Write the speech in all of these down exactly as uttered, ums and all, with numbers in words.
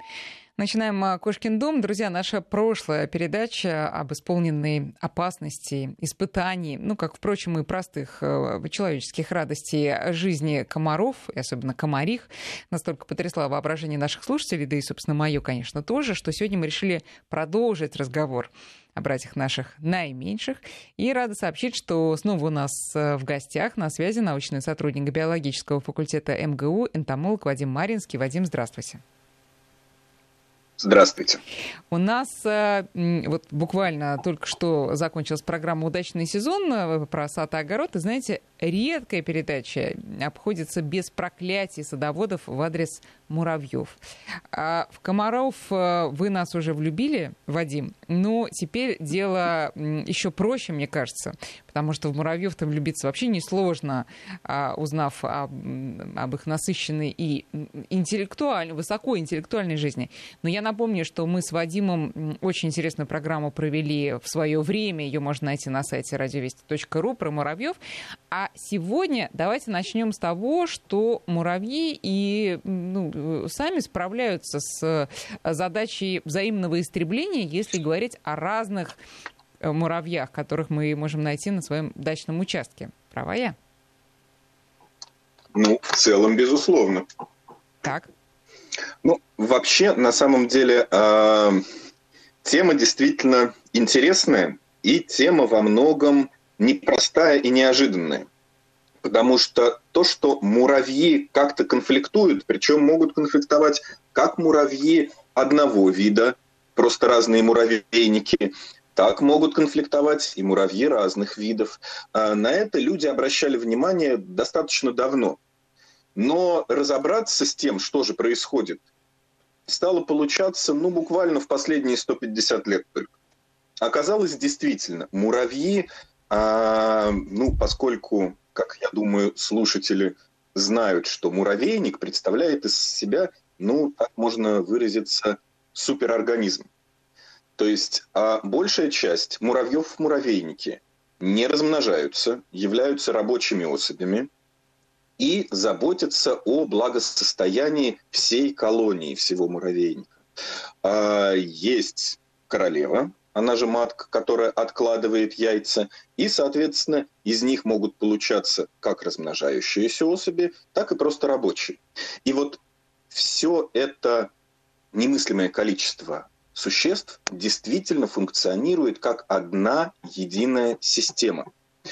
Начинаем «Кошкин дом». Друзья, наша прошлая передача об исполненной опасности, испытаний, ну, как, впрочем, и простых человеческих радостей жизни комаров, и особенно комарих, настолько потрясла воображение наших слушателей, да и, собственно, мое, конечно, тоже, что сегодня мы решили продолжить разговор о братьях наших наименьших. И рада сообщить, что снова у нас в гостях на связи научный сотрудник биологического факультета эм гэ у, энтомолог Вадим Маринский. Вадим, здравствуйте. Здравствуйте. У нас вот буквально только что закончилась программа «Удачный сезон» про сад и огород. И, знаете, редкая передача обходится без проклятий садоводов в адрес муравьев. А в комаров вы нас уже влюбили, Вадим, но теперь дело еще проще, мне кажется, потому что в муравьев там влюбиться вообще несложно, узнав об, об их насыщенной и интеллектуальной, высокоинтеллектуальной жизни. Но я напомню, что мы с Вадимом очень интересную программу провели в свое время. Ее можно найти на сайте радиовести точка ру про муравьев. А сегодня давайте начнем с того, что муравьи и ну, сами справляются с задачей взаимного истребления, если говорить о разных муравьях, которых мы можем найти на своем дачном участке. Права я? Ну, в целом, безусловно. Так. Ну, вообще, на самом деле, э, тема действительно интересная, и тема во многом непростая и неожиданная. Потому что то, что муравьи как-то конфликтуют, причем могут конфликтовать как муравьи одного вида, просто разные муравейники, так могут конфликтовать и муравьи разных видов. Э, на это люди обращали внимание достаточно давно. Но разобраться с тем, что же происходит, стало получаться, ну, буквально в последние сто пятьдесят лет только. Оказалось, действительно, муравьи, а, ну, поскольку, как я думаю, слушатели знают, что муравейник представляет из себя, ну, так можно выразиться, суперорганизм. То есть а большая часть муравьев в муравейнике не размножаются, являются рабочими особями, и заботятся о благосостоянии всей колонии, всего муравейника. Есть королева, она же матка, которая откладывает яйца, и, соответственно, из них могут получаться как размножающиеся особи, так и просто рабочие. И вот все это немыслимое количество существ действительно функционирует как одна единая система.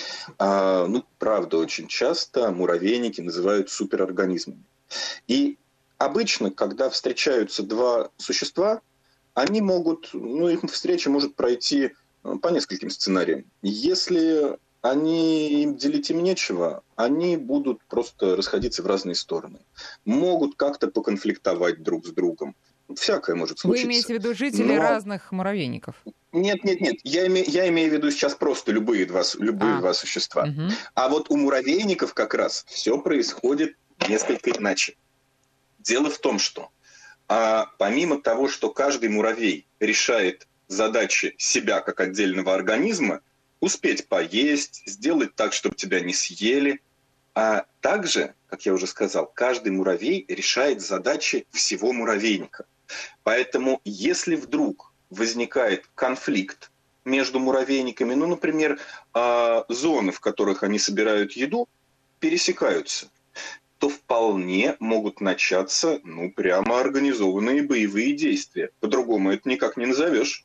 А, ну, правда, очень часто муравейники называют суперорганизмами. И обычно, когда встречаются два существа, они могут, ну, их встреча может пройти по нескольким сценариям. Если они, им делить им нечего, они будут просто расходиться в разные стороны. Могут как-то поконфликтовать друг с другом. Всякое может случиться. Вы имеете в виду жителей Но... разных муравейников? Нет, нет, нет. Я, име, я имею в виду сейчас просто любые два, любые а. два существа. Угу. А вот у муравейников как раз все происходит несколько иначе. Дело в том, что а, помимо того, что каждый муравей решает задачи себя как отдельного организма, успеть поесть, сделать так, чтобы тебя не съели, а также, как я уже сказал, каждый муравей решает задачи всего муравейника. Поэтому, если вдруг возникает конфликт между муравейниками, ну, например, зоны, в которых они собирают еду, пересекаются, то вполне могут начаться, ну, прямо организованные боевые действия. По-другому это никак не назовешь.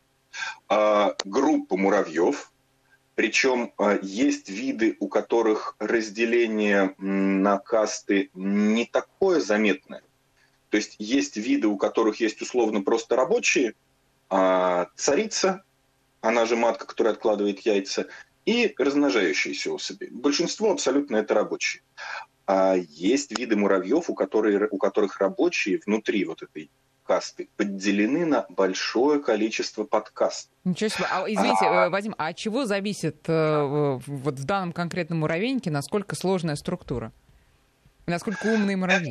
А группа муравьев, причем есть виды, у которых разделение на касты не такое заметное. То есть есть виды, у которых есть условно просто рабочие, а царица, она же матка, которая откладывает яйца, и размножающиеся особи. Большинство абсолютно это рабочие. А есть виды муравьев, у которых, у которых рабочие внутри вот этой касты поделены на большое количество подкаст. Ничего себе. А, извините, а... Вадим, а от чего зависит вот в данном конкретном муравейнике, насколько сложная структура? Насколько умные муравьи?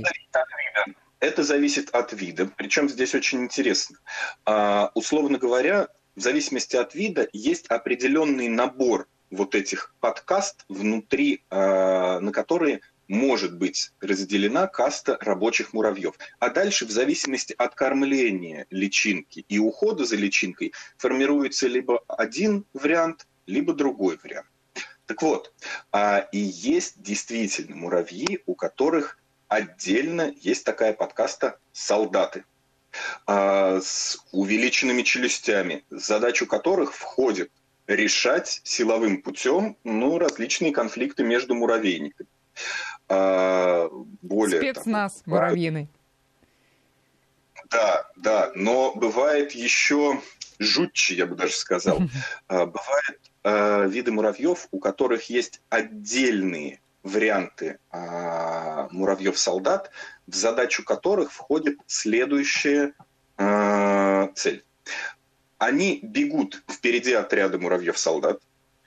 Это зависит от вида, причем здесь очень интересно. А, условно говоря, в зависимости от вида есть определенный набор вот этих подкаст внутри, а, на которые может быть разделена каста рабочих муравьев. А дальше, в зависимости от кормления личинки и ухода за личинкой, формируется либо один вариант, либо другой вариант. Так вот, а, и есть действительно муравьи, у которых отдельно есть такая подкаста «солдаты», а, с увеличенными челюстями, задачу которых входит решать силовым путем ну, различные конфликты между муравейниками. А, более Спецназ того, муравьиный. Да, да, но бывает еще жутче, я бы даже сказал. Бывают виды муравьев, у которых есть отдельные варианты муравьев-солдат, в задачу которых входит следующая цель. Они бегут впереди отряда муравьев-солдат.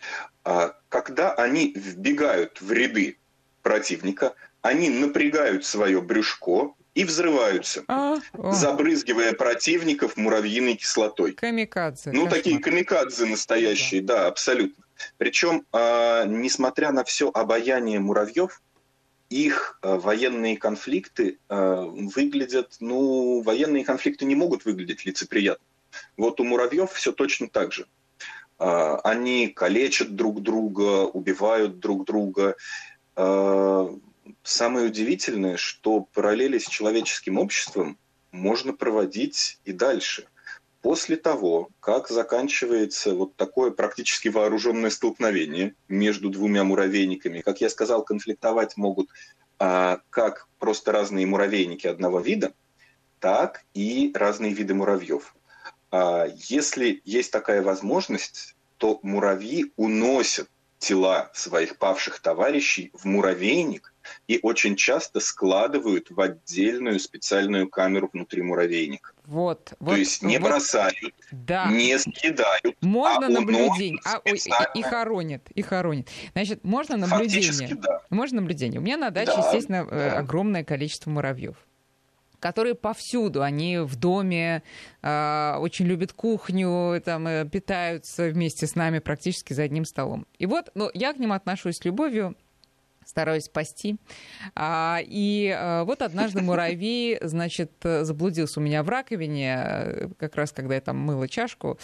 Когда они вбегают в ряды противника, они напрягают свое брюшко и взрываются, а, забрызгивая противников муравьиной кислотой. Камикадзе. Ну, кошмар. Такие камикадзе настоящие, да, да абсолютно. Причем, э, несмотря на все обаяние муравьев, их э, военные конфликты э, выглядят, ну, военные конфликты не могут выглядеть лицеприятно. Вот у муравьев все точно так же. Э, они калечат друг друга, убивают друг друга. Э, Самое удивительное, что параллели с человеческим обществом можно проводить и дальше. После того, как заканчивается вот такое практически вооруженное столкновение между двумя муравейниками, как я сказал, конфликтовать могут а, как просто разные муравейники одного вида, так и разные виды муравьев. А, если есть такая возможность, то муравьи уносят тела своих павших товарищей в муравейник и очень часто складывают в отдельную специальную камеру внутри муравейника. Вот, То вот, есть не вот, бросают, да. не съедают, можно а наблюдение, а, ой, специально... и, и хоронят, и хоронят. Значит, можно наблюдение. Фактически, да. Можно наблюдение. У меня на даче, да, естественно, да. огромное количество муравьев, которые повсюду, они в доме, э, очень любят кухню, там, э, питаются вместе с нами практически за одним столом. И вот, ну, я к ним отношусь с любовью, стараюсь спасти. А, и а, вот однажды муравей, значит, заблудился у меня в раковине, как раз когда я там мыла чашку.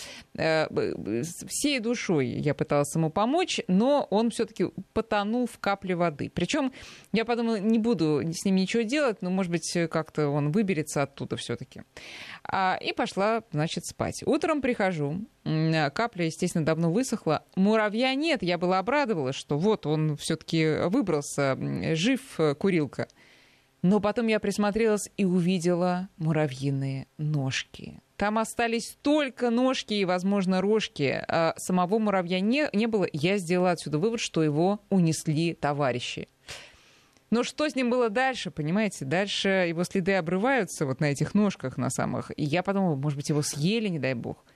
Всей душой я пыталась ему помочь, но он все-таки потонул в капле воды. Причем я подумала, не буду с ним ничего делать, но, может быть, как-то он выберется оттуда все-таки. А, и пошла, значит, спать. Утром прихожу. Капля, естественно, давно высохла. Муравья нет. Я была обрадовалась, что вот он все-таки выбрался, жив курилка. Но потом я присмотрелась и увидела муравьиные ножки. Там остались только ножки и, возможно, рожки. А самого муравья не, не было. Я сделала отсюда вывод, что его унесли товарищи. Но что с ним было дальше, понимаете? Дальше его следы обрываются вот на этих ножках на самых. И я подумала, может быть, его съели, не дай бог.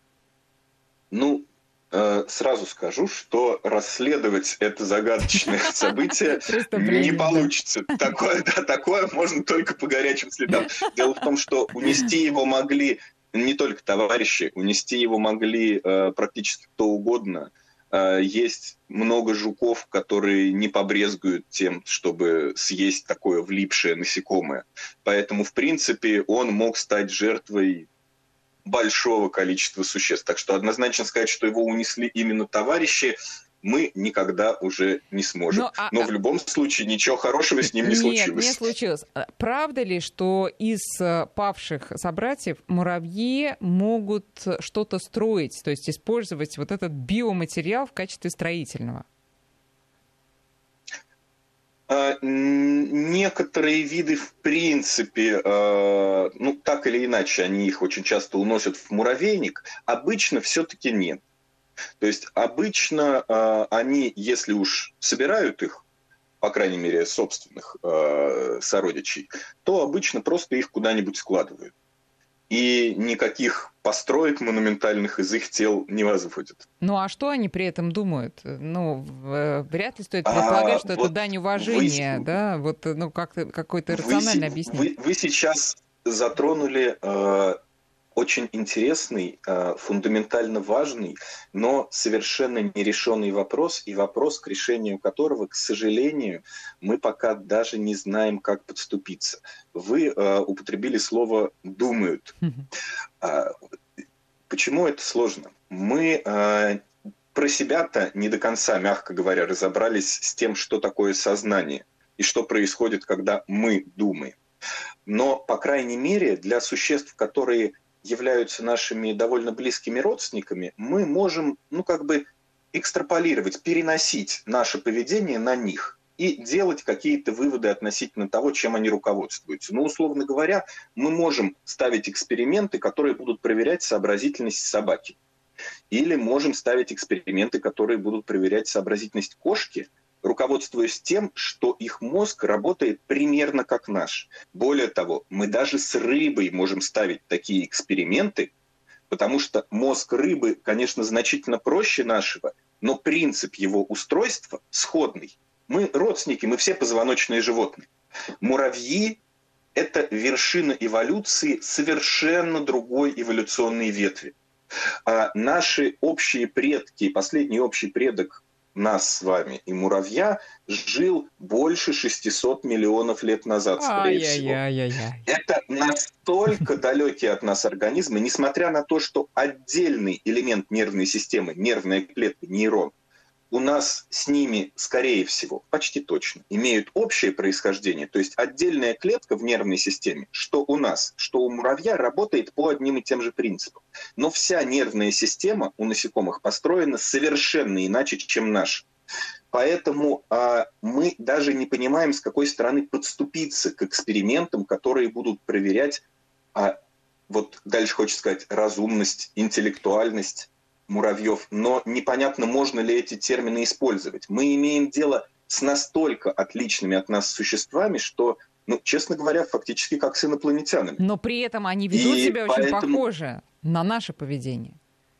Ну, э, сразу скажу, что расследовать это загадочное событие не получится. Такое, да, такое можно только по горячим следам. Дело в том, что унести его могли не только товарищи, унести его могли э, практически кто угодно. Э, есть много жуков, которые не побрезгуют тем, чтобы съесть такое влипшее насекомое. Поэтому, в принципе, он мог стать жертвой большого количества существ. Так что однозначно сказать, что его унесли именно товарищи, мы никогда уже не сможем. Но, а, Но в любом случае ничего хорошего с ним не нет, случилось. Нет, не случилось. Правда ли, что из павших собратьев муравьи могут что-то строить, то есть использовать вот этот биоматериал в качестве строительного? Некоторые виды, в принципе, ну, так или иначе, они их очень часто уносят в муравейник, обычно все-таки нет. То есть обычно они, если уж собирают их, по крайней мере, собственных сородичей, то обычно просто их куда-нибудь складывают. И никаких построек монументальных из их тел не возводят. Ну а что они при этом думают? Ну, вряд ли стоит предполагать, а, что вот это дань уважения, вы, да? Вот, ну, как-то какое-то рациональное объяснение. Вы, вы сейчас затронули э, очень интересный, фундаментально важный, но совершенно нерешенный вопрос, и вопрос, к решению которого, к сожалению, мы пока даже не знаем, как подступиться. Вы употребили слово «думают». Почему это сложно? Мы про себя-то не до конца, мягко говоря, разобрались с тем, что такое сознание и что происходит, когда мы думаем. Но, по крайней мере, для существ, которые являются нашими довольно близкими родственниками, мы можем, ну, как бы экстраполировать, переносить наше поведение на них и делать какие-то выводы относительно того, чем они руководствуются. Ну, условно говоря, мы можем ставить эксперименты, которые будут проверять сообразительность собаки. Или можем ставить эксперименты, которые будут проверять сообразительность кошки, руководствуясь тем, что их мозг работает примерно как наш. Более того, мы даже с рыбой можем ставить такие эксперименты, потому что мозг рыбы, конечно, значительно проще нашего, но принцип его устройства сходный. Мы родственники, мы все позвоночные животные. Муравьи – это вершина эволюции совершенно другой эволюционной ветви. А наши общие предки, последний общий предок нас с вами и муравья жил больше шестисот миллионов лет назад, скорее всего. Это настолько далекие от нас организмы, несмотря на то, что отдельный элемент нервной системы, нервная клетка, нейрон, у нас с ними, скорее всего, почти точно, имеют общее происхождение. То есть отдельная клетка в нервной системе, что у нас, что у муравья, работает по одним и тем же принципам. Но вся нервная система у насекомых построена совершенно иначе, чем наша. Поэтому а, мы даже не понимаем, с какой стороны подступиться к экспериментам, которые будут проверять, а, вот дальше хочется сказать, разумность, интеллектуальность муравьев, но непонятно, можно ли эти термины использовать. Мы имеем дело с настолько отличными от нас существами, что, ну, честно говоря, фактически как с инопланетянами. Но при этом они ведут И себя поэтому... очень похоже на наше поведение.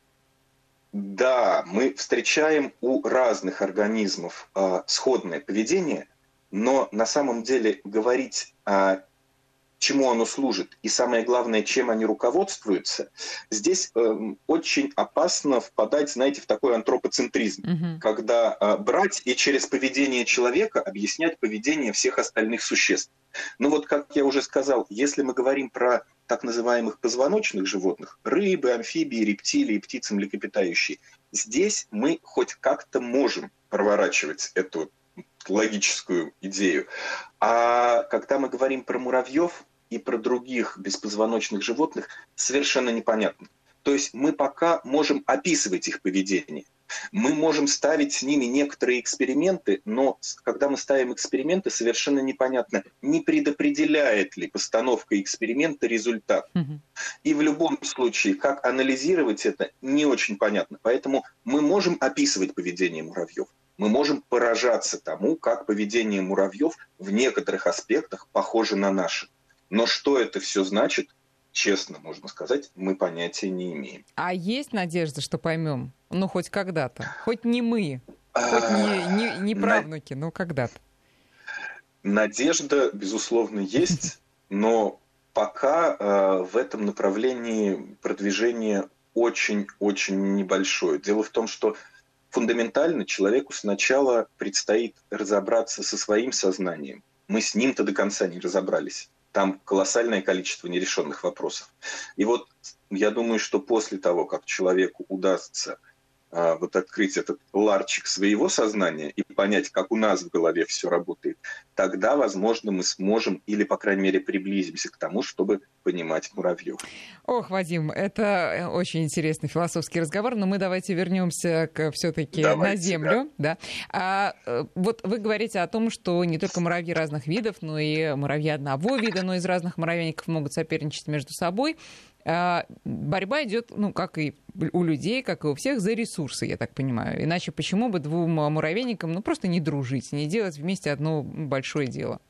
Да, мы встречаем у разных организмов э, сходное поведение, но на самом деле говорить о чему оно служит, и самое главное, чем они руководствуются, здесь э, очень опасно впадать, знаете, в такой антропоцентризм, mm-hmm. когда э, брать и через поведение человека объяснять поведение всех остальных существ. Но вот, как я уже сказал, если мы говорим про так называемых позвоночных животных, рыбы, амфибии, рептилии, птицы млекопитающие, здесь мы хоть как-то можем проворачивать эту логическую идею. А когда мы говорим про муравьев и про других беспозвоночных животных, совершенно непонятно. То есть мы пока можем описывать их поведение. Мы можем ставить с ними некоторые эксперименты, но когда мы ставим эксперименты, совершенно непонятно, не предопределяет ли постановка эксперимента результат. Mm-hmm. И в любом случае, как анализировать это, не очень понятно. Поэтому мы можем описывать поведение муравьев. Мы можем поражаться тому, как поведение муравьев в некоторых аспектах похоже на наше. Но что это все значит, честно можно сказать, мы понятия не имеем. А есть надежда, что поймем? Ну, хоть когда-то. Хоть не мы, хоть не, не, не правнуки, но когда-то. Надежда, безусловно, есть, но пока э, в этом направлении продвижение очень-очень небольшое. Дело в том, что фундаментально человеку сначала предстоит разобраться со своим сознанием. Мы с ним-то до конца не разобрались. Там колоссальное количество нерешенных вопросов. И вот я думаю, что после того, как человеку удастся а, вот открыть этот ларчик своего сознания и понять, как у нас в голове все работает, тогда, возможно, мы сможем или, по крайней мере, приблизимся к тому, чтобы понимать муравьев. Ох, Вадим, это очень интересный философский разговор, но мы давайте вернемся к, все-таки давайте, на Землю. Да. Да. А, вот вы говорите о том, что не только муравьи разных видов, но и муравьи одного вида, но из разных муравейников могут соперничать между собой. А, борьба идет, ну, как и у людей, как и у всех, за ресурсы, я так понимаю. Иначе почему бы двум муравейникам, ну, просто не дружить, не делать вместе одно большое дело?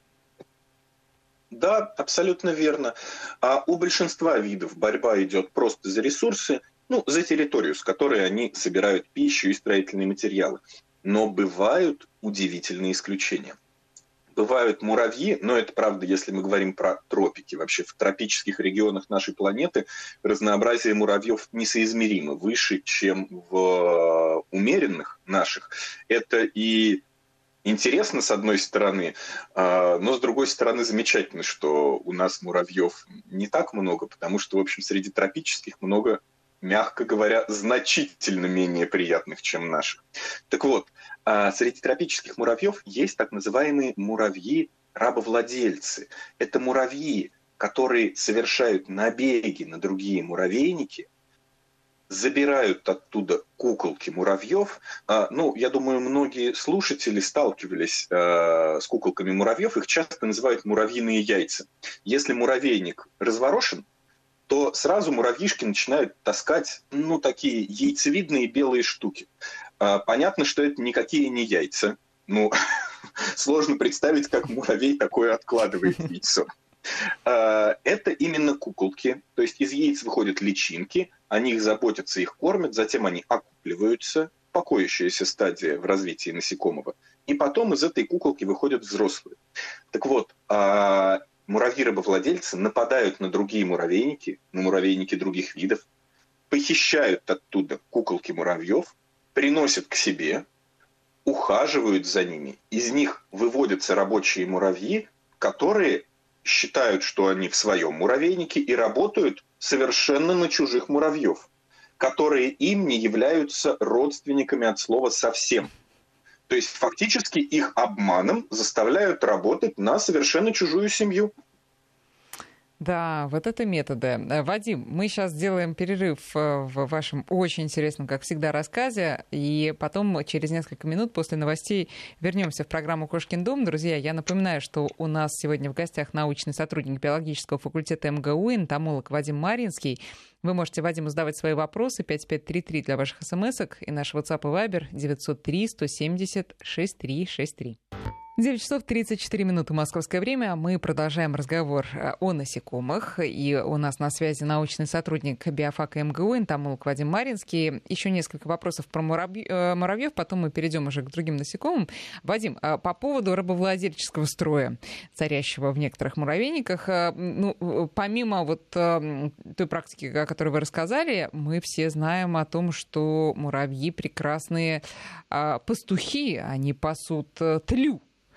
Да, абсолютно верно. А у большинства видов борьба идет просто за ресурсы, ну, за территорию, с которой они собирают пищу и строительные материалы. Но бывают удивительные исключения. бывают муравьи, но это правда, если мы говорим про тропики. Вообще в тропических регионах нашей планеты разнообразие муравьев несоизмеримо выше, чем в умеренных наших. Это и интересно, с одной стороны, но с другой стороны замечательно, что у нас муравьев не так много, потому что, в общем, среди тропических много, мягко говоря, значительно менее приятных, чем наших. Так вот, среди тропических муравьев есть так называемые муравьи-рабовладельцы. Это муравьи, которые совершают набеги на другие муравейники, забирают оттуда куколки муравьев. Ну, я думаю, многие слушатели сталкивались с куколками муравьев. Их часто называют муравьиные яйца. Если муравейник разворошен, то сразу муравьишки начинают таскать, ну, такие яйцевидные белые штуки. Понятно, что это никакие не яйца. Ну, сложно представить, как муравей такое откладывает яйцо. Это именно куколки. То есть из яиц выходят личинки, о них заботятся, их кормят, затем они окупливаются, покоящаяся стадия в развитии насекомого. И потом из этой куколки выходят взрослые. Так вот, муравьи-рабовладельцы нападают на другие муравейники, на муравейники других видов, похищают оттуда куколки муравьев, приносят к себе, ухаживают за ними. Из них выводятся рабочие муравьи, которые считают, что они в своем муравейнике и работают совершенно на чужих муравьев, которые им не являются родственниками от слова совсем. То есть фактически их обманом заставляют работать на совершенно чужую семью. Да, вот это методы. Вадим, мы сейчас сделаем перерыв в вашем очень интересном, как всегда, рассказе, и потом через несколько минут после новостей вернемся в программу «Кошкин дом». Друзья, я напоминаю, что у нас сегодня в гостях научный сотрудник биологического факультета эм гэ у, энтомолог Вадим Маринский. Вы можете Вадиму задавать свои вопросы, пять пять три три для ваших смс-ок, и наш WhatsApp и Viber девять ноль три сто семьдесят шесть три шесть три. девять часов тридцать четыре минуты московское время. Мы продолжаем разговор о насекомых. И у нас на связи научный сотрудник биофака эм гэ у, энтомолог Вадим Маринский. Еще несколько вопросов про муравьев, потом мы перейдем уже к другим насекомым. Вадим, по поводу рабовладельческого строя, царящего в некоторых муравейниках, ну, помимо вот той практики, о которой вы рассказали, мы все знаем о том, что муравьи прекрасные пастухи, они пасут тлю.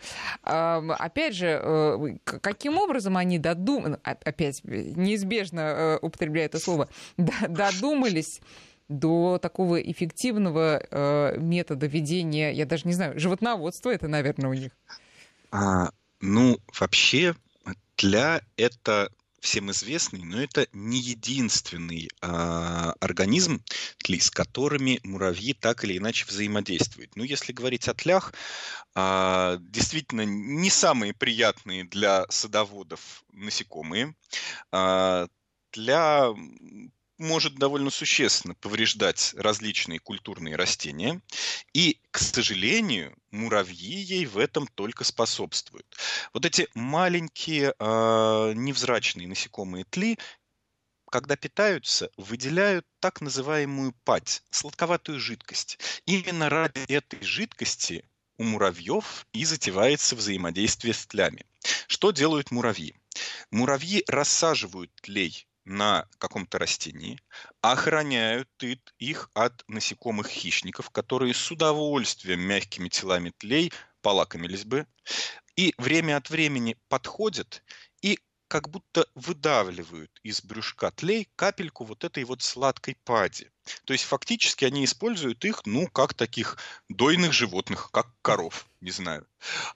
Опять же, каким образом они додумались, опять неизбежно употребляю это слово, додумались до такого эффективного метода ведения, я даже не знаю, животноводства это, наверное, у них? А, ну, вообще, тля — это всем известный, но это не единственный а, организм, тли, с которыми муравьи так или иначе взаимодействуют. Ну, если говорить о тлях, а, действительно не самые приятные для садоводов насекомые. А, тля может довольно существенно повреждать различные культурные растения. И, к сожалению, муравьи ей в этом только способствуют. Вот эти маленькие э, невзрачные насекомые тли, когда питаются, выделяют так называемую падь, сладковатую жидкость. Именно ради этой жидкости у муравьев и затевается взаимодействие с тлями. Что делают муравьи? Муравьи рассаживают тлей на каком-то растении, охраняют их от насекомых-хищников, которые с удовольствием мягкими телами тлей полакомились бы, и время от времени подходят и как будто выдавливают из брюшка тлей капельку вот этой вот сладкой пади. То есть фактически они используют их, ну, как таких дойных животных, как коров, не знаю.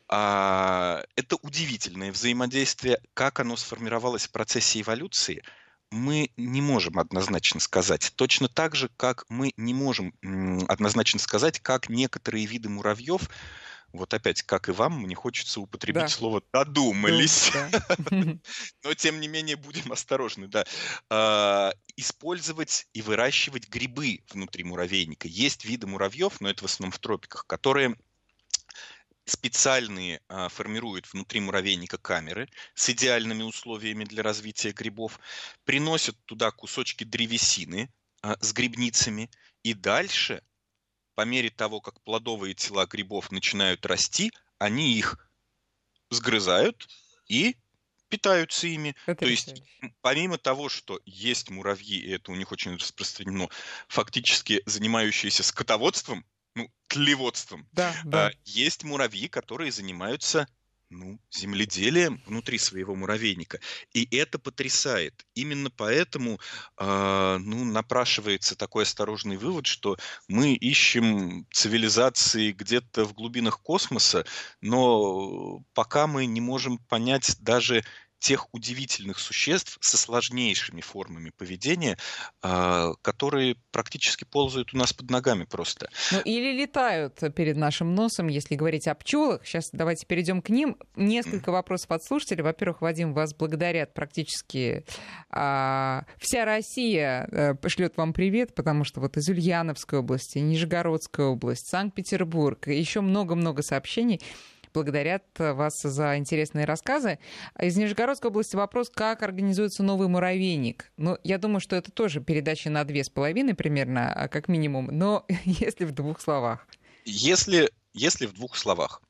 А, это удивительное взаимодействие. Как оно сформировалось в процессе эволюции, мы не можем однозначно сказать. Точно так же, как мы не можем однозначно сказать, как некоторые виды муравьев, вот опять, как и вам, мне хочется употребить да. слово «додумались». Да. Но, тем не менее, будем осторожны. Да. А, использовать и выращивать грибы внутри муравейника. Есть виды муравьев, но это в основном в тропиках, которые специальные а, формируют внутри муравейника камеры с идеальными условиями для развития грибов, приносят туда кусочки древесины а, с грибницами, и дальше, по мере того, как плодовые тела грибов начинают расти, они их сгрызают и питаются ими. То есть, Потрясающе. м, помимо того, что есть муравьи, и это у них очень распространено, фактически занимающиеся скотоводством, ну, тлеводством, Да, а, да. есть муравьи, которые занимаются, ну, земледелием внутри своего муравейника. И это потрясает. Именно поэтому, а, ну, напрашивается такой осторожный вывод, что мы ищем цивилизации где-то в глубинах космоса, но пока мы не можем понять даже тех удивительных существ со сложнейшими формами поведения, а, которые практически ползают у нас под ногами просто. Ну, или летают перед нашим носом, если говорить о пчелах. Сейчас давайте перейдем к ним. Несколько вопросов от слушателей. Во-первых, Вадим, вас благодарят практически а, вся Россия а, пошлет вам привет, потому что вот из Ульяновской области, Нижегородской области, Санкт-Петербург, еще много-много сообщений. Благодарят вас за интересные рассказы. Из Нижегородской области вопрос, как организуется новый муравейник. Ну, я думаю, что это тоже передача на две с половиной примерно, как минимум, но если в двух словах. Если, если в двух словах.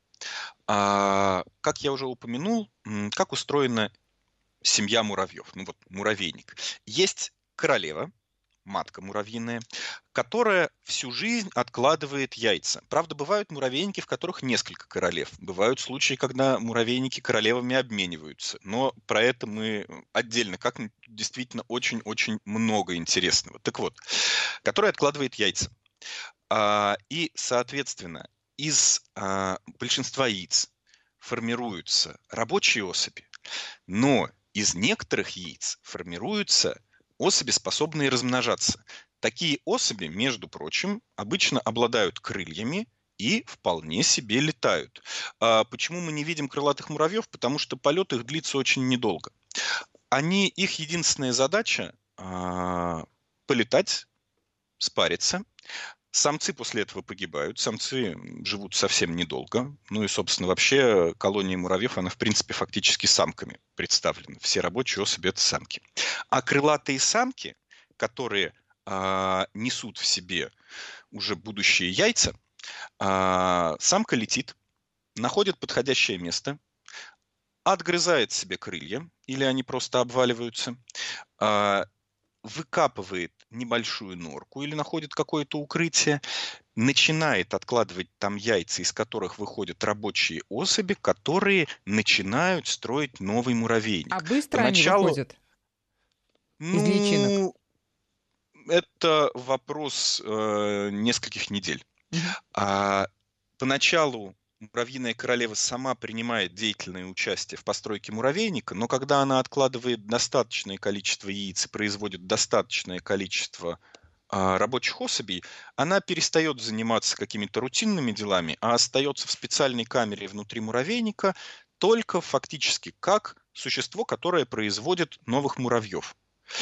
А, как я уже упомянул, м, как устроена семья муравьев, ну вот муравейник. Есть королева, матка муравьиная, которая всю жизнь откладывает яйца. Правда, бывают муравейники, в которых несколько королев. Бывают случаи, когда муравейники королевами обмениваются. Но про это мы отдельно, как действительно очень-очень много интересного. Так вот, которая откладывает яйца. А, и, соответственно, из а, большинства яиц формируются рабочие особи, но из некоторых яиц формируются особи, способные размножаться. Такие особи, между прочим, обычно обладают крыльями и вполне себе летают. А почему мы не видим крылатых муравьев? Потому что полет их длится очень недолго. Они, их единственная задача а, полетать, спариться. Самцы после этого погибают, самцы живут совсем недолго. Ну и, собственно, вообще колония муравьев, она, в принципе, фактически самками представлена. Все рабочие особи – это самки. А крылатые самки, которые а, несут в себе уже будущие яйца, а, самка летит, находит подходящее место, отгрызает себе крылья, или они просто обваливаются, а, выкапывает небольшую норку или находит какое-то укрытие, начинает откладывать там яйца, из которых выходят рабочие особи, которые начинают строить новый муравейник. А быстро Поначалу, они выходят из личинок? ну, это вопрос э, нескольких недель. Мгм. А поначалу муравьиная королева сама принимает деятельное участие в постройке муравейника, но когда она откладывает достаточное количество яиц и производит достаточное количество а, рабочих особей, она перестает заниматься какими-то рутинными делами, а остается в специальной камере внутри муравейника только фактически как существо, которое производит новых муравьев.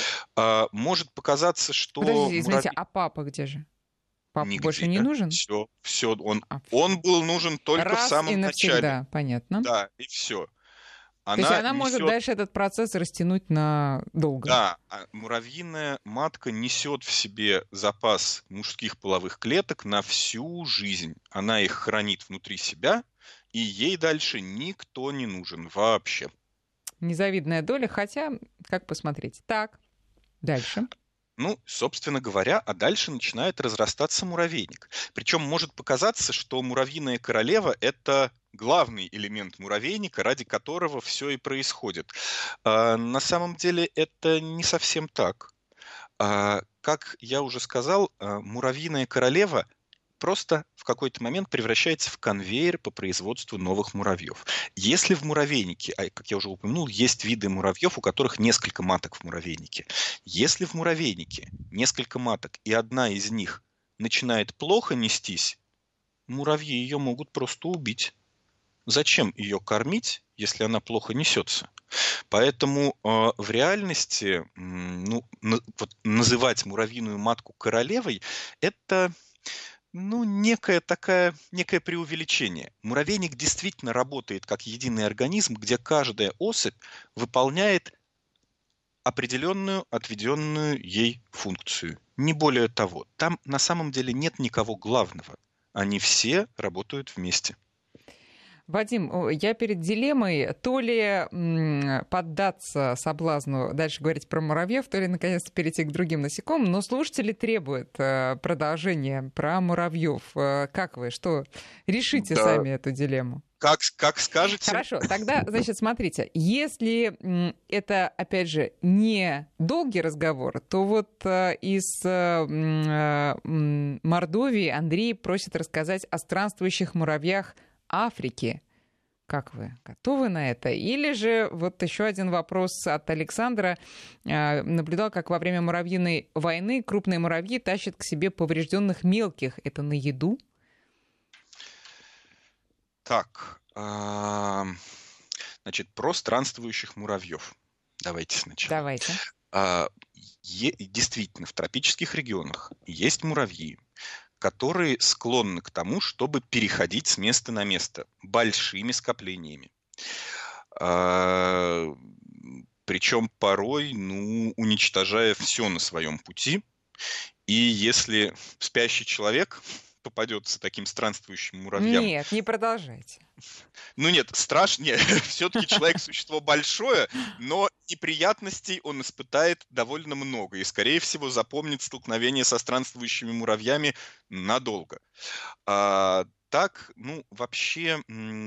А, может показаться, что Подождите, извините, муравей... а папа где же? Папа больше не Нигде. нужен? Все, все. Он, А, он был нужен только в раз и самом начале. навсегда, понятно. Да, и все. То есть Она она может несет, дальше этот процесс растянуть на долго. да, а муравьиная матка несет в себе запас мужских половых клеток на всю жизнь. Она их хранит внутри себя, и ей дальше никто не нужен вообще. Незавидная доля, хотя, как посмотреть. Так, дальше. Ну, собственно говоря, а дальше начинает разрастаться муравейник. Причем может показаться, что муравьиная королева – это главный элемент муравейника, ради которого все и происходит. А, на самом деле это не совсем так. А, как я уже сказал, а, муравьиная королева просто в какой-то момент превращается в конвейер по производству новых муравьев. Если в муравейнике, а как я уже упомянул, есть виды муравьев, у которых несколько маток в муравейнике. Если в муравейнике несколько маток, и одна из них начинает плохо нестись, муравьи ее могут просто убить. Зачем ее кормить, если она плохо несется? Поэтому э, в реальности м, ну, на, вот, называть муравьиную матку королевой – это... Ну, некое такое, некое преувеличение. Муравейник действительно работает как единый организм, где каждая особь выполняет определенную, отведенную ей функцию. Не более того. Там на самом деле нет никого главного. Они все работают вместе. Вадим, я перед дилеммой то ли поддаться соблазну дальше говорить про муравьев, то ли наконец-то перейти к другим насекомым, но слушатели требуют продолжения про муравьев. Как вы, что, решите да. сами эту дилемму? Как, как скажете. Хорошо, тогда, значит, смотрите, если это, опять же, не долгий разговор, то вот из Мордовии Андрей просит рассказать о странствующих муравьях Африки. Как вы, готовы на это? Или же вот еще один вопрос от Александра. Наблюдал, как во время муравьиной войны крупные муравьи тащат к себе поврежденных мелких. Это на еду? Так, значит, про странствующих муравьев. Давайте сначала. Давайте. Действительно, в тропических регионах есть муравьи, которые склонны к тому, чтобы переходить с места на место большими скоплениями. Причем порой, ну, уничтожая все на своем пути. И если спящий человек попадется таким странствующим муравьям... Нет, не продолжайте. Ну нет, страшно. Нет, все-таки человек существо большое, но неприятностей он испытает довольно много. И, скорее всего, запомнит столкновение со странствующими муравьями надолго. А, так, ну, вообще,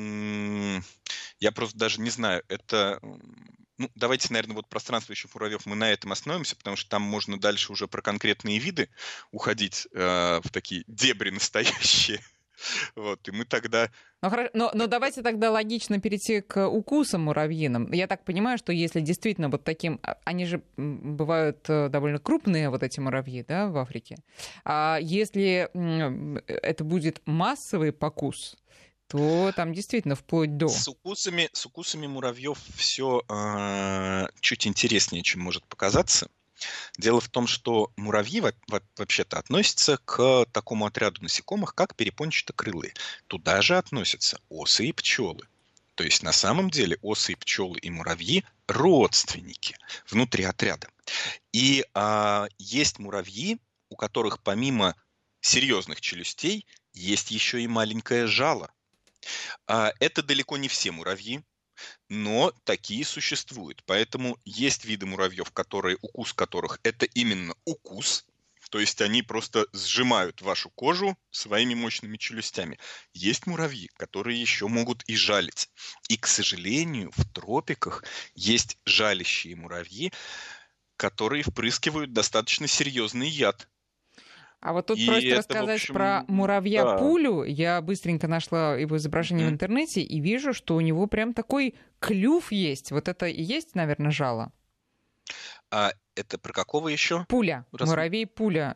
я просто даже не знаю, это... Ну, давайте, наверное, вот про странствующих муравьев мы на этом остановимся, потому что там можно дальше уже про конкретные виды уходить э, в такие дебри настоящие. Вот, и мы тогда... Но, но, но давайте тогда логично перейти к укусам муравьиным. Я так понимаю, что если действительно вот таким... Они же бывают довольно крупные, вот эти муравьи, да, в Африке. А если это будет массовый покус, то там действительно вплоть до... С укусами, с укусами муравьев все э, чуть интереснее, чем может показаться. Дело в том, что муравьи вообще-то относятся к такому отряду насекомых, как перепончатокрылые. Туда же относятся осы и пчелы. То есть на самом деле осы и пчелы и муравьи родственники внутри отряда. И а, есть муравьи, у которых помимо серьезных челюстей есть еще и маленькое жало. А, это далеко не все муравьи. Но такие существуют. Поэтому есть виды муравьев, которые, укус которых это именно укус. То есть они просто сжимают вашу кожу своими мощными челюстями. Есть муравьи, которые еще могут и жалить. И, к сожалению, в тропиках есть жалящие муравьи, которые впрыскивают достаточно серьезный яд. А вот тут и просят это, рассказать общем, про муравья-пулю. Да. Я быстренько нашла его изображение mm-hmm. в интернете и вижу, что у него прям такой клюв есть. Вот это и есть, наверное, жало? А это про какого еще? Пуля. Раз... Муравей-пуля.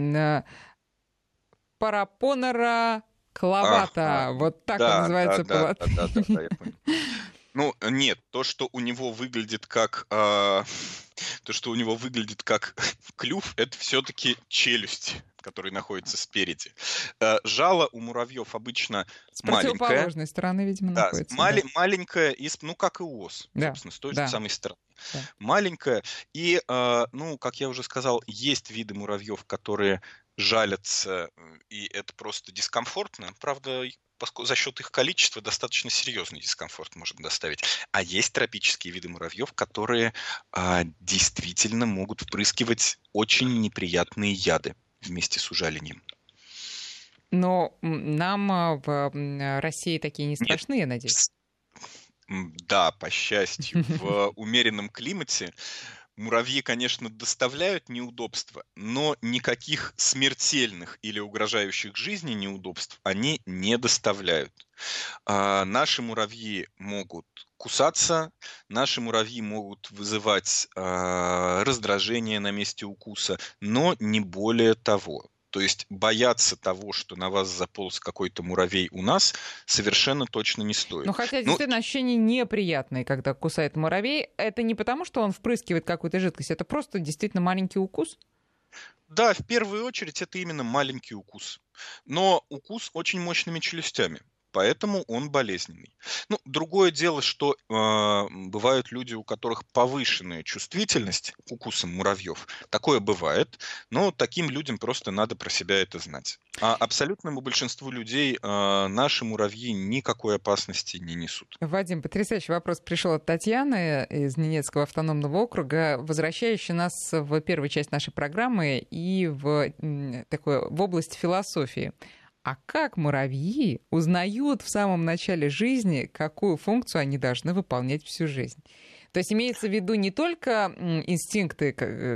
Парапонера клавата. А, вот так да, он называется. Да, да, да, да, да, я понял. Ну, нет, то, что у него выглядит как... Э, то, что у него выглядит как клюв, это все-таки челюсть, которая находится спереди. Э, жало у муравьев обычно с маленькое. С противоположной стороны, видимо, да, находится. Мали- да, маленькое, ну, как и у ос, да, собственно, с той да. же самой стороны. Да. Маленькое. И, э, ну, как я уже сказал, есть виды муравьев, которые жалятся, и это просто дискомфортно. Правда, за счет их количества достаточно серьезный дискомфорт может доставить. А есть тропические виды муравьев, которые а, действительно могут впрыскивать очень неприятные яды вместе с ужалением. Но нам в России такие не страшны, Нет. я надеюсь? Да, по счастью, в умеренном климате муравьи, конечно, доставляют неудобства, но никаких смертельных или угрожающих жизни неудобств они не доставляют. А, наши муравьи могут кусаться, наши муравьи могут вызывать а, раздражение на месте укуса, но не более того. То есть бояться того, что на вас заполз какой-то муравей у нас, совершенно точно не стоит. Ну, хотя, действительно, ну, ощущения неприятные, когда кусает муравей. Это не потому, что он впрыскивает какую-то жидкость, это просто действительно маленький укус? Да, в первую очередь это именно маленький укус. Но укус очень мощными челюстями. поэтому он болезненный. Ну, другое дело, что э, бывают люди, у которых повышенная чувствительность к укусам муравьев. Такое бывает, но таким людям просто надо про себя это знать. А абсолютному большинству людей э, наши муравьи никакой опасности не несут. Вадим, потрясающий вопрос пришел от Татьяны из Ненецкого автономного округа, возвращающий нас в первую часть нашей программы и в, такое, в область философии. А как муравьи узнают в самом начале жизни, какую функцию они должны выполнять всю жизнь? То есть имеется в виду не только инстинкты,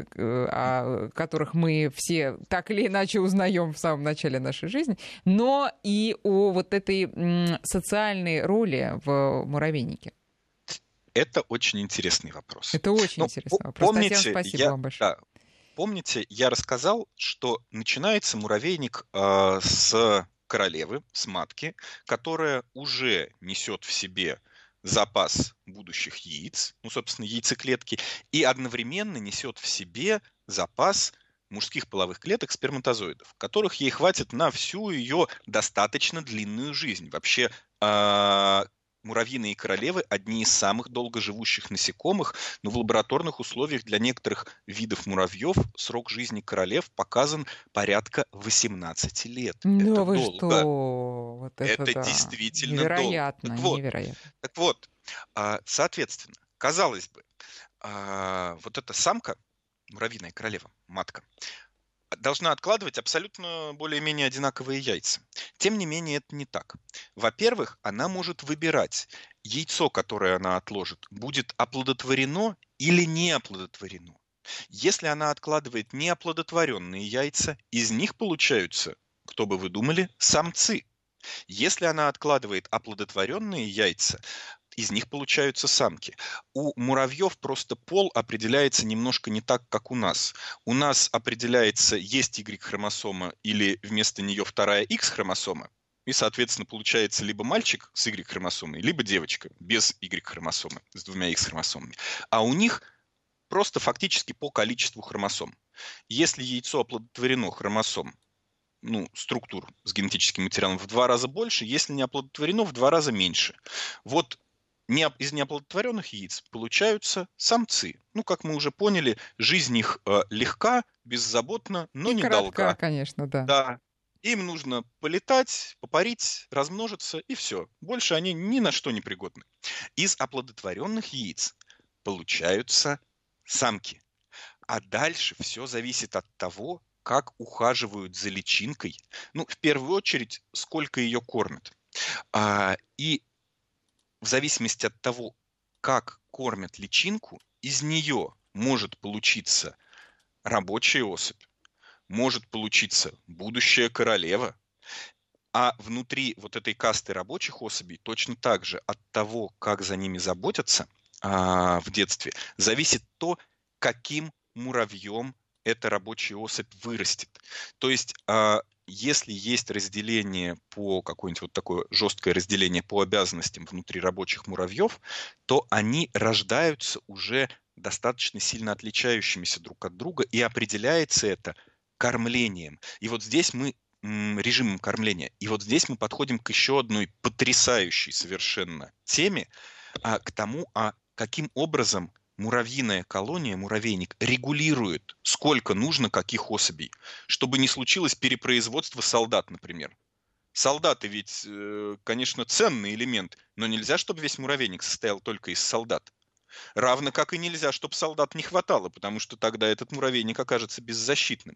о которых мы все так или иначе узнаем в самом начале нашей жизни, но и о вот этой социальной роли в муравейнике. Это очень интересный вопрос. Это очень ну, интересный вопрос. Помните, Татьяна, спасибо я, вам большое. Да, помните, я рассказал, что начинается муравейник э, с королевы, с матки, которая уже несет в себе запас будущих яиц, ну, собственно, яйцеклетки, и одновременно несет в себе запас мужских половых клеток, сперматозоидов, которых ей хватит на всю ее достаточно длинную жизнь. Вообще, э, муравьиные королевы – одни из самых долгоживущих насекомых, но в лабораторных условиях для некоторых видов муравьев срок жизни королев показан порядка восемнадцати лет. Ну это вы долго. Что? Вот это, это да. действительно невероятно, долго. Так вот, невероятно. так вот, соответственно, казалось бы, вот эта самка, муравьиная королева, матка, должна откладывать абсолютно более-менее одинаковые яйца. Тем не менее, это не так. Во-первых, она может выбирать, яйцо, которое она отложит, будет оплодотворено или не оплодотворено. Если она откладывает неоплодотворенные яйца, из них получаются, кто бы вы думали, самцы. Если она откладывает оплодотворенные яйца, из них получаются самки. У муравьев просто пол определяется немножко не так, как у нас. У нас определяется, есть Y-хромосома или вместо нее вторая X-хромосома. И, соответственно, получается либо мальчик с Y-хромосомой, либо девочка без Y-хромосомы, с двумя X-хромосомами. А у них просто фактически по количеству хромосом. Если яйцо оплодотворено хромосом, ну, структур с генетическим материалом в два раза больше, если не оплодотворено, в два раза меньше. Вот из неоплодотворенных яиц получаются самцы. Ну, как мы уже поняли, жизнь их э, легка, беззаботна, но и недолга. коротка, конечно, да. Да. Им нужно полетать, попарить, размножиться, и все. Больше они ни на что не пригодны. Из оплодотворенных яиц получаются самки. А дальше все зависит от того, как ухаживают за личинкой. Ну, в первую очередь, сколько ее кормят. А, и в зависимости от того, как кормят личинку, из нее может получиться рабочая особь, может получиться будущая королева, а внутри вот этой касты рабочих особей точно так же от того, как за ними заботятся а, в детстве, зависит то, каким муравьем эта рабочая особь вырастет. То есть, а, если есть разделение по какое-нибудь вот такое жесткое разделение по обязанностям внутри рабочих муравьев, то они рождаются уже достаточно сильно отличающимися друг от друга, и определяется это кормлением. И вот здесь мы режимом кормления. И вот здесь мы подходим к еще одной потрясающей совершенно теме, а, к тому, а каким образом муравьиная колония, муравейник, регулирует, сколько нужно каких особей, чтобы не случилось перепроизводство солдат, например. Солдаты ведь, конечно, ценный элемент, но нельзя, чтобы весь муравейник состоял только из солдат. Равно как и нельзя, чтобы солдат не хватало, потому что тогда этот муравейник окажется беззащитным.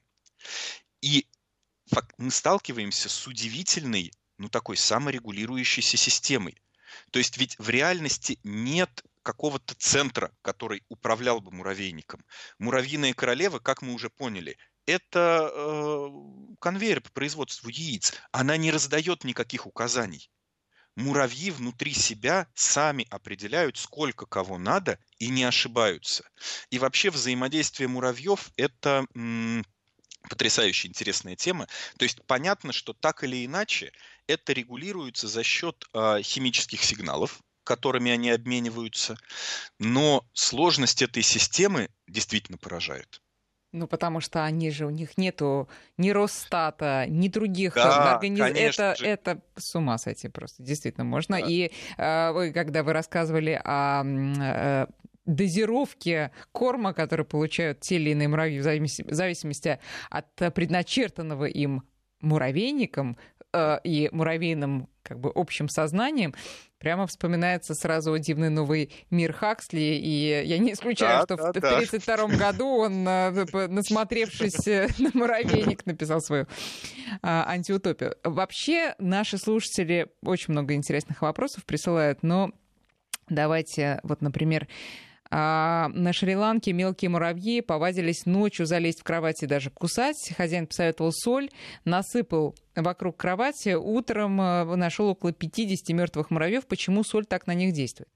И мы сталкиваемся с удивительной, ну такой саморегулирующейся системой. То есть ведь в реальности нет какого-то центра, который управлял бы муравейником. Муравьиная королева, как мы уже поняли, это э, конвейер по производству яиц. Она не раздает никаких указаний. Муравьи внутри себя сами определяют, сколько кого надо, и не ошибаются. И вообще взаимодействие муравьев – это м- потрясающе интересная тема. То есть понятно, что так или иначе это регулируется за счет э, химических сигналов, которыми они обмениваются, но сложность этой системы действительно поражает. Ну, потому что они же, у них нету ни Росстата, ни других Да, организаций. конечно Это, же. это с ума сойти просто, действительно можно. Да. И э, вы, когда вы рассказывали о э, дозировке корма, который получают те или иные муравьи в зависимости, в зависимости от предначертанного им муравейником э, и муравейным как бы общим сознанием, прямо вспоминается сразу «Дивный новый мир» Хаксли, и я не исключаю, Да, что да, в да. тысяча девятьсот тридцать втором году он, э, насмотревшись э, на муравейник, написал свою а, антиутопию. Вообще, наши слушатели очень много интересных вопросов присылают, но давайте, вот, например, а на Шри-Ланке мелкие муравьи повадились ночью залезть в кровать и даже кусать. Хозяин посоветовал соль, насыпал вокруг кровати. Утром нашел около пятьдесят мертвых муравьев. Почему соль так на них действует?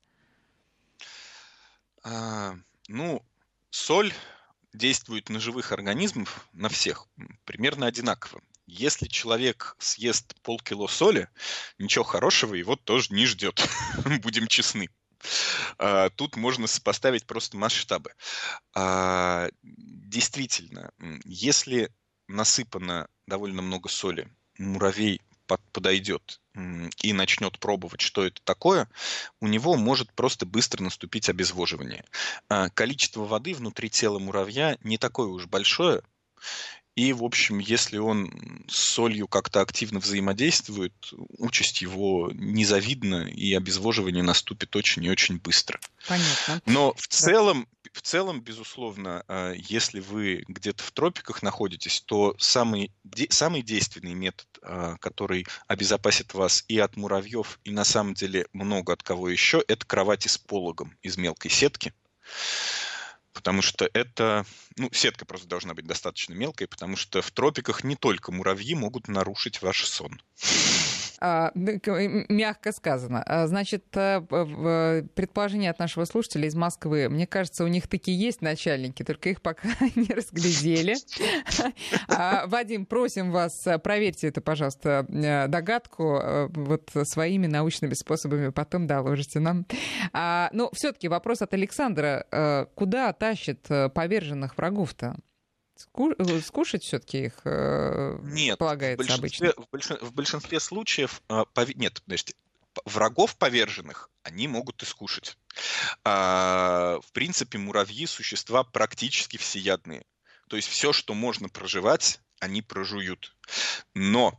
А, ну, соль действует на живых организмов, на всех, примерно одинаково. Если человек съест полкило соли, ничего хорошего его тоже не ждет. Будем честны. А, Тут можно сопоставить просто масштабы. А, Действительно, м, если насыпано довольно много соли, муравей под- подойдет м, и начнет пробовать, что это такое, у него может просто быстро наступить обезвоживание. А, Количество воды внутри тела муравья не такое уж большое, и, в общем, если он с солью как-то активно взаимодействует, участь его незавидна, и обезвоживание наступит очень и очень быстро. Понятно. Но в Да. целом, в целом, безусловно, э, если вы где-то в тропиках находитесь, то самый, де- самый действенный метод, э, который обезопасит вас и от муравьев, и на самом деле много от кого еще, это кровати с пологом из мелкой сетки. Потому что это, ну, сетка просто должна быть достаточно мелкой, потому что в тропиках не только муравьи могут нарушить ваш сон. А, м- к- м- мягко сказано. А, Значит, а, в- в- предположение от нашего слушателя из Москвы. Мне кажется, у них такие есть начальники, только их пока не разглядели. А, Вадим, просим вас, а, проверьте это, пожалуйста, э, догадку а, вот своими научными способами, потом доложите нам. А, Но все-таки вопрос от Александра. А, Куда тащат э, поверженных врагов-то? Ску- э, Скушать все-таки их э, Нет, в полагается обычно. большинстве, в большин- в большинстве случаев, а, пове- нет, подождите, п- врагов поверженных они могут и скушать. А, В принципе, муравьи — существа практически всеядные. То есть все, что можно проживать, они прожуют. Но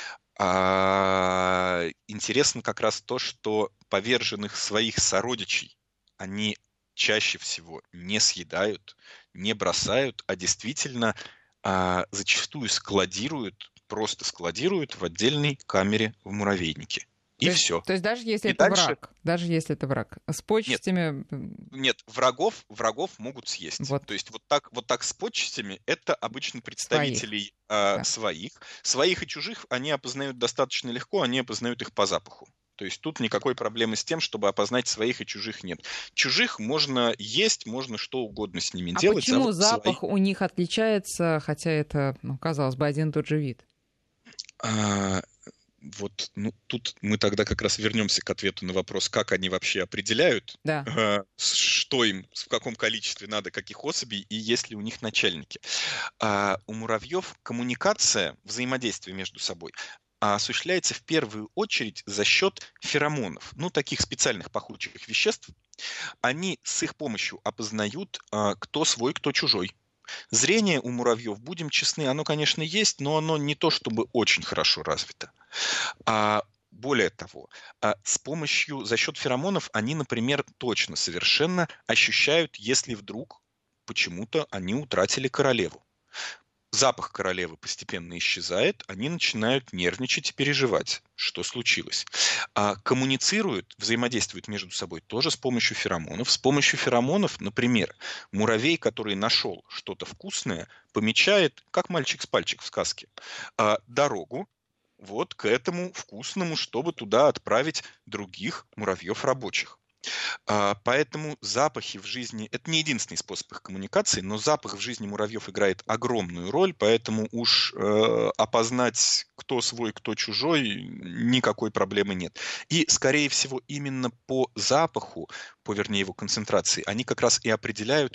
а, интересно как раз то, что поверженных своих сородичей они чаще всего не съедают, не бросают, а действительно а, зачастую складируют, просто складируют в отдельной камере в муравейнике. И То есть, все. то есть даже если И это дальше враг, даже если это враг, с нет, почестями, м, нет, врагов, врагов могут съесть. вот, То есть вот так, вот так с почестями это обычно своих, представителей а, да. своих. Своих и чужих они опознают достаточно легко, они опознают их по запаху. То есть тут никакой проблемы с тем, чтобы опознать своих и чужих нет. Чужих можно есть, можно что угодно с ними А делать, а почему вот свои... запах у них отличается, хотя это, ну, казалось бы, один и тот же вид? А, вот, ну, тут мы тогда как раз вернемся к ответу на вопрос, как они вообще определяют, Да. э, что им, в каком количестве надо, каких особей, и есть ли у них начальники. А у муравьев коммуникация, взаимодействие между собой осуществляется в первую очередь за счет феромонов, ну, таких специальных пахучих веществ. Они с их помощью опознают, а, кто свой, кто чужой. Зрение у муравьев, будем честны, оно, конечно, есть, но оно не то чтобы очень хорошо развито. А более того, а, с помощью, за счет феромонов они, например, точно, совершенно ощущают, если вдруг почему-то они утратили королеву. Запах королевы постепенно исчезает, они начинают нервничать и переживать, что случилось. А коммуницируют, взаимодействуют между собой тоже с помощью феромонов. С помощью феромонов, например, муравей, который нашел что-то вкусное, помечает, как мальчик с пальчик в сказке, а, дорогу вот к этому вкусному, чтобы туда отправить других муравьев рабочих. А, Поэтому запахи в жизни — это не единственный способ их коммуникации, но запах в жизни муравьев играет огромную роль, поэтому уж э, опознать, кто свой, кто чужой, никакой проблемы нет. И, скорее всего, именно по запаху, по, вернее, его концентрации, они как раз и определяют,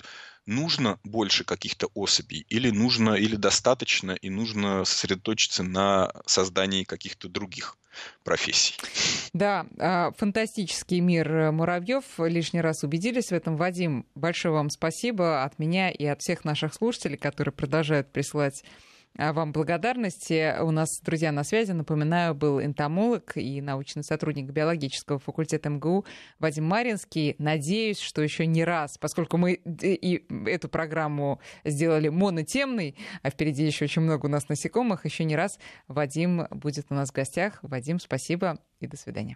нужно больше каких-то особей, или нужно, или достаточно, и нужно сосредоточиться на создании каких-то других профессий. Да, фантастический мир муравьев. Лишний раз убедились в этом. Вадим, большое вам спасибо от меня и от всех наших слушателей, которые продолжают присылать вам благодарности. У нас, друзья, на связи, напоминаю, был энтомолог и научный сотрудник биологического факультета эм гэ у Вадим Маринский. Надеюсь, что еще не раз, поскольку мы и эту программу сделали монотемной, а впереди еще очень много у нас насекомых, еще не раз Вадим будет у нас в гостях. Вадим, спасибо и до свидания.